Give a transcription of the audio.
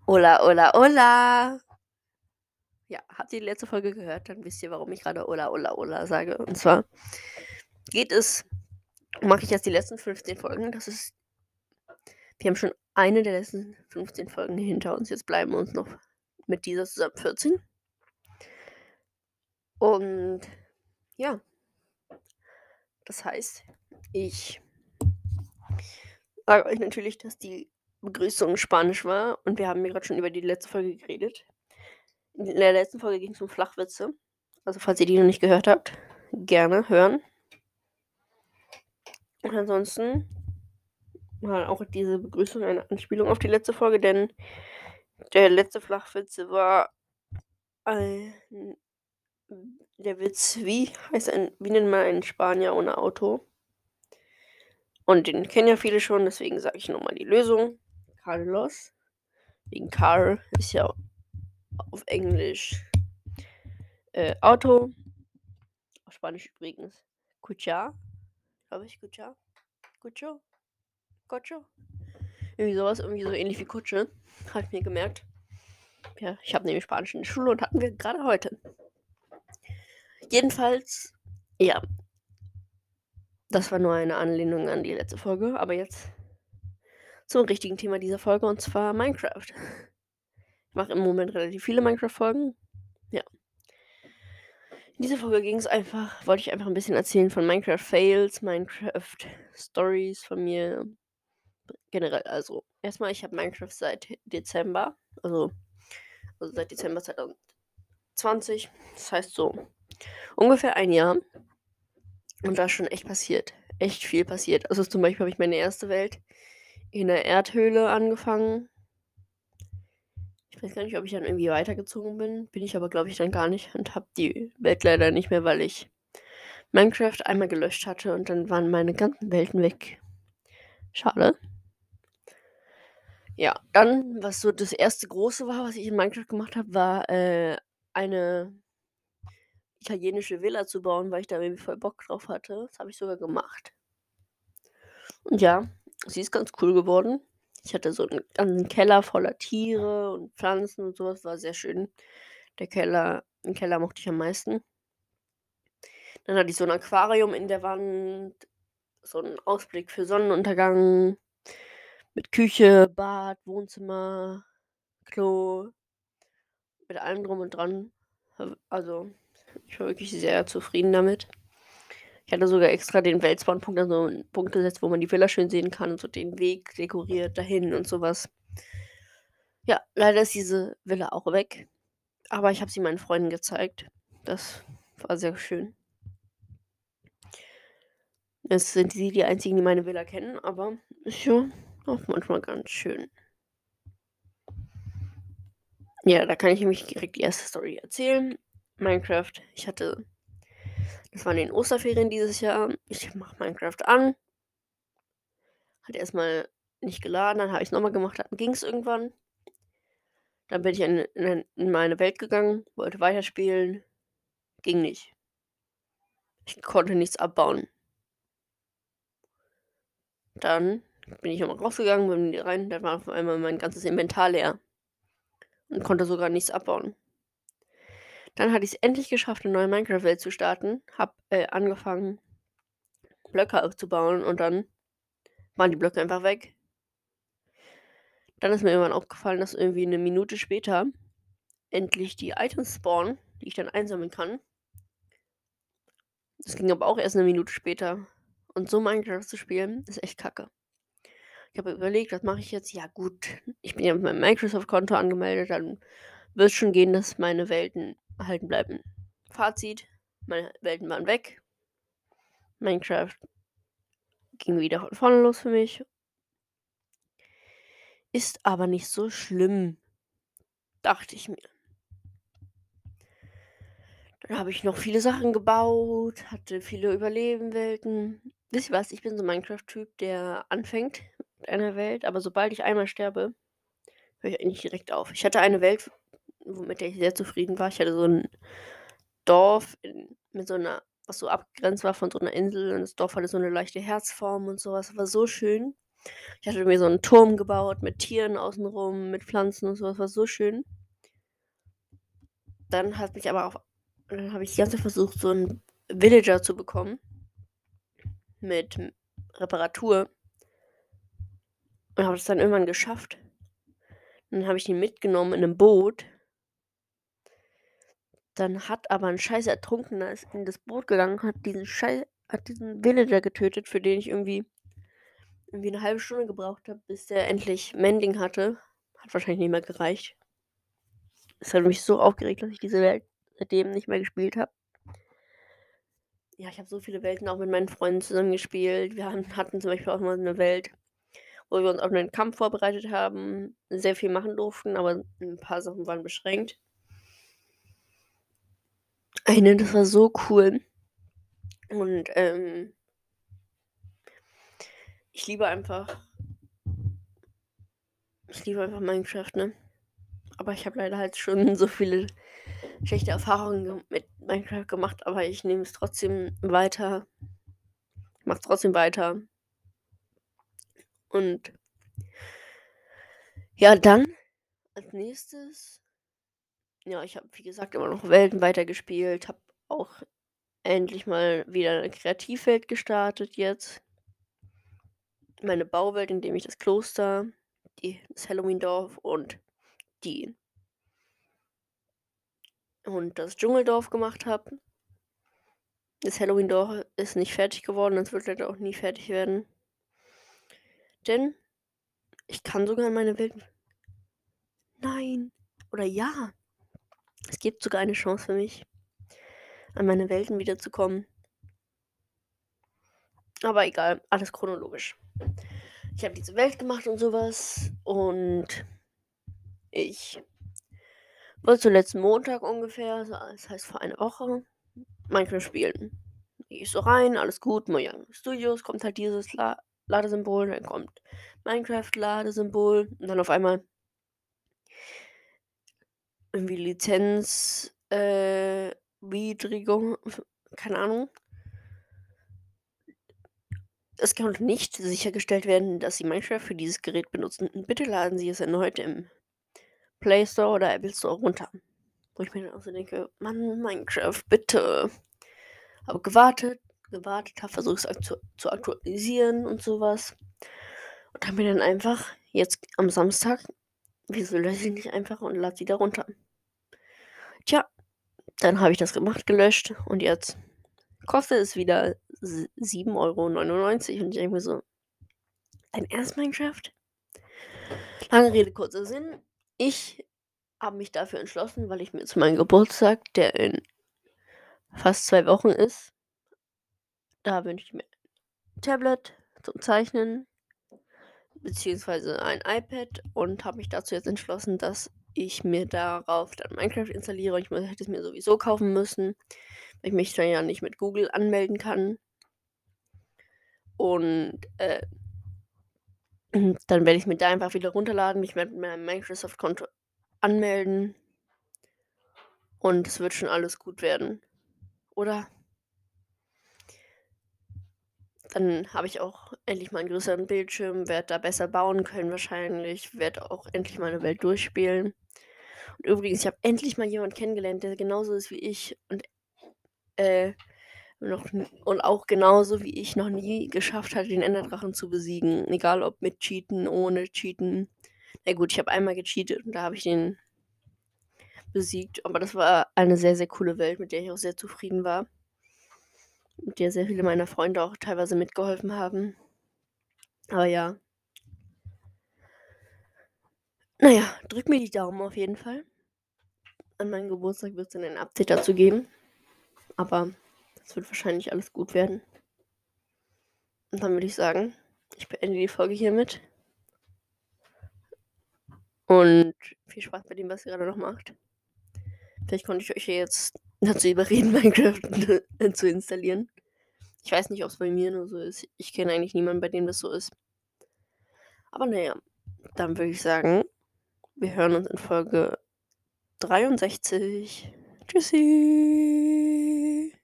Hola, hola, hola. Ja, habt ihr die letzte Folge gehört? Dann wisst ihr, warum ich gerade hola, hola, hola sage. Und zwar geht es mache ich jetzt die letzten 15 Folgen. Wir haben schon eine der letzten 15 Folgen hinter uns. Jetzt bleiben uns noch mit dieser zusammen 14. Und ja, das heißt, ich sage euch natürlich, dass die Begrüßung Spanisch war und wir haben ja gerade schon über die letzte Folge geredet. In der letzten Folge ging es um Flachwitze. Also falls ihr die noch nicht gehört habt, gerne hören. Und ansonsten war auch diese Begrüßung eine Anspielung auf die letzte Folge, denn der letzte Flachwitz war ein der Witz, wie nennt man einen Spanier ohne Auto? Und den kennen ja viele schon, deswegen sage ich noch mal die Lösung. Carlos, wegen Car ist ja auf Englisch, Auto, auf Spanisch übrigens Cuchar, glaube ich, Cuchar, Cucho, Cocho, irgendwie sowas, irgendwie so ähnlich wie Kutsche, habe ich mir gemerkt. Ja, ich habe nämlich Spanisch in der Schule und hatten wir gerade heute. Jedenfalls, ja, das war nur eine Anlehnung an die letzte Folge, aber jetzt zum richtigen Thema dieser Folge und zwar Minecraft. Ich mache im Moment relativ viele Minecraft-Folgen. Ja. In dieser Folge wollte ich einfach ein bisschen erzählen von Minecraft-Fails, Minecraft-Stories von mir generell. Also, erstmal, ich habe Minecraft seit Dezember, also seit Dezember 2020. Das heißt so ungefähr ein Jahr. Und da ist schon echt passiert. Echt viel passiert. Also zum Beispiel habe ich meine erste Welt in der Erdhöhle angefangen. Ich weiß gar nicht, ob ich dann irgendwie weitergezogen bin. Bin ich aber, glaube ich, dann gar nicht und habe die Welt leider nicht mehr, weil ich Minecraft einmal gelöscht hatte und dann waren meine ganzen Welten weg. Schade. Ja, dann, was so das erste große war, was ich in Minecraft gemacht habe, war eine italienische Villa zu bauen, weil ich da irgendwie voll Bock drauf hatte. Das habe ich sogar gemacht. Und ja, sie ist ganz cool geworden. Ich hatte so einen ganzen Keller voller Tiere und Pflanzen und sowas, war sehr schön. Den Keller mochte ich am meisten. Dann hatte ich so ein Aquarium in der Wand, so 'n Ausblick für Sonnenuntergang mit Küche, Bad, Wohnzimmer, Klo, mit allem drum und dran. Also, ich war wirklich sehr zufrieden damit. Ich hatte sogar extra den Weltspawn-Punkt an so 'n Punkt gesetzt, wo man die Villa schön sehen kann und so den Weg dekoriert dahin und so was. Ja, leider ist diese Villa auch weg, aber ich habe sie meinen Freunden gezeigt. Das war sehr schön. Es sind sie die einzigen, die meine Villa kennen, aber ist ja auch manchmal ganz schön. Ja, da kann ich nämlich direkt die erste Story erzählen. Minecraft, das war in den Osterferien dieses Jahr. Ich mache Minecraft an, hat erstmal nicht geladen, dann habe ich's noch mal gemacht, dann ging's irgendwann. Dann bin ich in meine Welt gegangen, wollte weiterspielen, ging nicht. Ich konnte nichts abbauen. Dann bin ich noch mal rausgegangen, bin wieder rein, dann war auf einmal mein ganzes Inventar leer und konnte sogar nichts abbauen. Dann hatte ich's endlich geschafft, 'ne neue Minecraft-Welt zu starten, habe, angefangen, Blöcke aufzubauen und dann waren die Blöcke einfach weg. Dann ist mir irgendwann aufgefallen, dass irgendwie 'ne Minute später endlich die Items spawnen, die ich dann einsammeln kann. Das ging aber auch erst 'ne Minute später. Und so Minecraft zu spielen, ist echt kacke. Ich habe überlegt: „Was mache ich jetzt?“ Ja gut, ich bin ja mit meinem Microsoft-Konto angemeldet, dann wird's schon gehen, dass meine Welten erhalten bleiben. Fazit: Meine Welten waren weg. Minecraft ging wieder von vorne los für mich. Ist aber nicht so schlimm, dachte ich mir. Dann habe ich noch viele Sachen gebaut, hatte viele Überlebenwelten. Wisst ihr was? Ich bin so 'n Minecraft-Typ, der anfängt mit einer Welt, aber sobald ich einmal sterbe, höre ich eigentlich direkt auf. Ich hatte eine Welt, mit der ich sehr zufrieden war. Ich hatte so 'n Dorf mit so 'ner, was so abgegrenzt war von so 'ner Insel und das Dorf hatte so 'ne leichte Herzform und so was. War so schön. Ich hatte mir so 'n Turm gebaut mit Tieren außen rum, mit Pflanzen und so, das war so schön. Dann habe ich die ganze Zeit versucht, so 'n Villager zu bekommen mit Reparatur und habe das dann irgendwann geschafft. Dann habe ich ihn mitgenommen in 'nem Boot. Dann hat aber 'n scheiß Ertrunkener ist in das Boot gegangen, hat diesen Villager getötet, für den ich irgendwie 'ne halbe Stunde gebraucht habe, bis der endlich Mending hatte. Hat wahrscheinlich nicht mehr gereicht. Es hat mich so aufgeregt, dass ich diese Welt seitdem nicht mehr gespielt habe. Ja, ich habe so viele Welten auch mit meinen Freunden zusammen gespielt. Hatten zum Beispiel auch mal 'ne Welt, wo wir uns auf 'nen Kampf vorbereitet haben, sehr viel machen durften, aber 'n paar Sachen waren beschränkt. Das war so cool und, ich liebe einfach ich liebe einfach Minecraft, ne? Aber ich habe leider halt schon so viele schlechte Erfahrungen mit Minecraft gemacht, aber ich nehme es trotzdem weiter. Ich mache es trotzdem weiter. Und ja, dann als Nächstes ja, ich habe, wie gesagt, immer noch Welten weitergespielt, habe auch endlich mal wieder 'ne Kreativwelt gestartet jetzt. Meine Bauwelt, in dem ich das Kloster, das Halloween-Dorf die und das Dschungeldorf gemacht habe. Das Halloween-Dorf ist nicht fertig geworden, das wird leider auch nie fertig werden. Denn ich kann sogar in meine Welt nein, oder ja, es gibt sogar eine Chance für mich, an meine Welten wiederzukommen. Aber egal, alles chronologisch. Ich habe diese Welt gemacht und sowas und ich wollte so letzten Montag ungefähr, so das heißt vor einer Woche, Minecraft spielen. Gehe ich so rein, alles gut, Mojang Studios, kommt halt dieses Ladesymbol, dann kommt Minecraft-Ladesymbol und dann auf einmal irgendwie Lizenz Widrigung, keine Ahnung. Es konnte nicht sichergestellt werden, dass Sie Minecraft für dieses Gerät benutzen. Bitte laden Sie es erneut im Play Store oder Apple Store runter. Wo ich mir dann auch so denke: „Mann, Minecraft, bitte.“ Habe gewartet, habe versucht, es zu aktualisieren und sowas und habe mir dann einfach jetzt am Samstag wieso lösche ich nicht einfach und lade sie da runter? Tja, dann habe ich das gemacht, gelöscht und jetzt kostet es wieder 7,99 € und ich denke mir so: „Dein Ernst, Minecraft?“ Lange Rede, kurzer Sinn. Ich habe mich dafür entschlossen, weil ich mir zu meinem Geburtstag, der in fast 2 Wochen ist, da wünsche ich mir 'n Tablet zum Zeichnen beziehungsweise ein iPad und habe mich dazu jetzt entschlossen, dass ich mir darauf dann Minecraft installiere. Ich hätte es mir sowieso kaufen müssen, weil ich mich dann ja nicht mit Google anmelden kann. Und, dann werde ich's mir da einfach wieder runterladen, mich mit meinem Microsoft-Konto anmelden und es wird schon alles gut werden, oder? Dann habe ich auch endlich mal 'n größeren Bildschirm, werde da besser bauen können wahrscheinlich, werde auch endlich meine Welt durchspielen. Und übrigens, ich habe endlich mal jemanden kennengelernt, der genauso ist wie ich äh, und auch genauso wie ich noch nie geschafft hat, den Enderdrachen zu besiegen, egal ob mit Cheaten, ohne Cheaten. Na gut, ich habe einmal gecheatet und da habe ich den besiegt, aber das war eine sehr, sehr coole Welt, mit der ich auch sehr zufrieden war, mit der sehr viele meiner Freunde auch teilweise mitgeholfen haben. Aber ja, na ja, drück mir die Daumen auf jeden Fall. An meinem Geburtstag wird's dann ein Update dazu geben, aber es wird wahrscheinlich alles gut werden. Und dann würde ich sagen, ich beende die Folge hiermit und viel Spaß bei dem, was ihr gerade noch macht. Vielleicht konnte ich euch ja jetzt dazu überreden, Minecraft zu installieren. Ich weiß nicht, ob es bei mir nur so ist. Ich kenne eigentlich niemanden, bei dem das so ist. Aber na ja, dann würde ich sagen, wir hören uns in Folge 63. Tschüssi.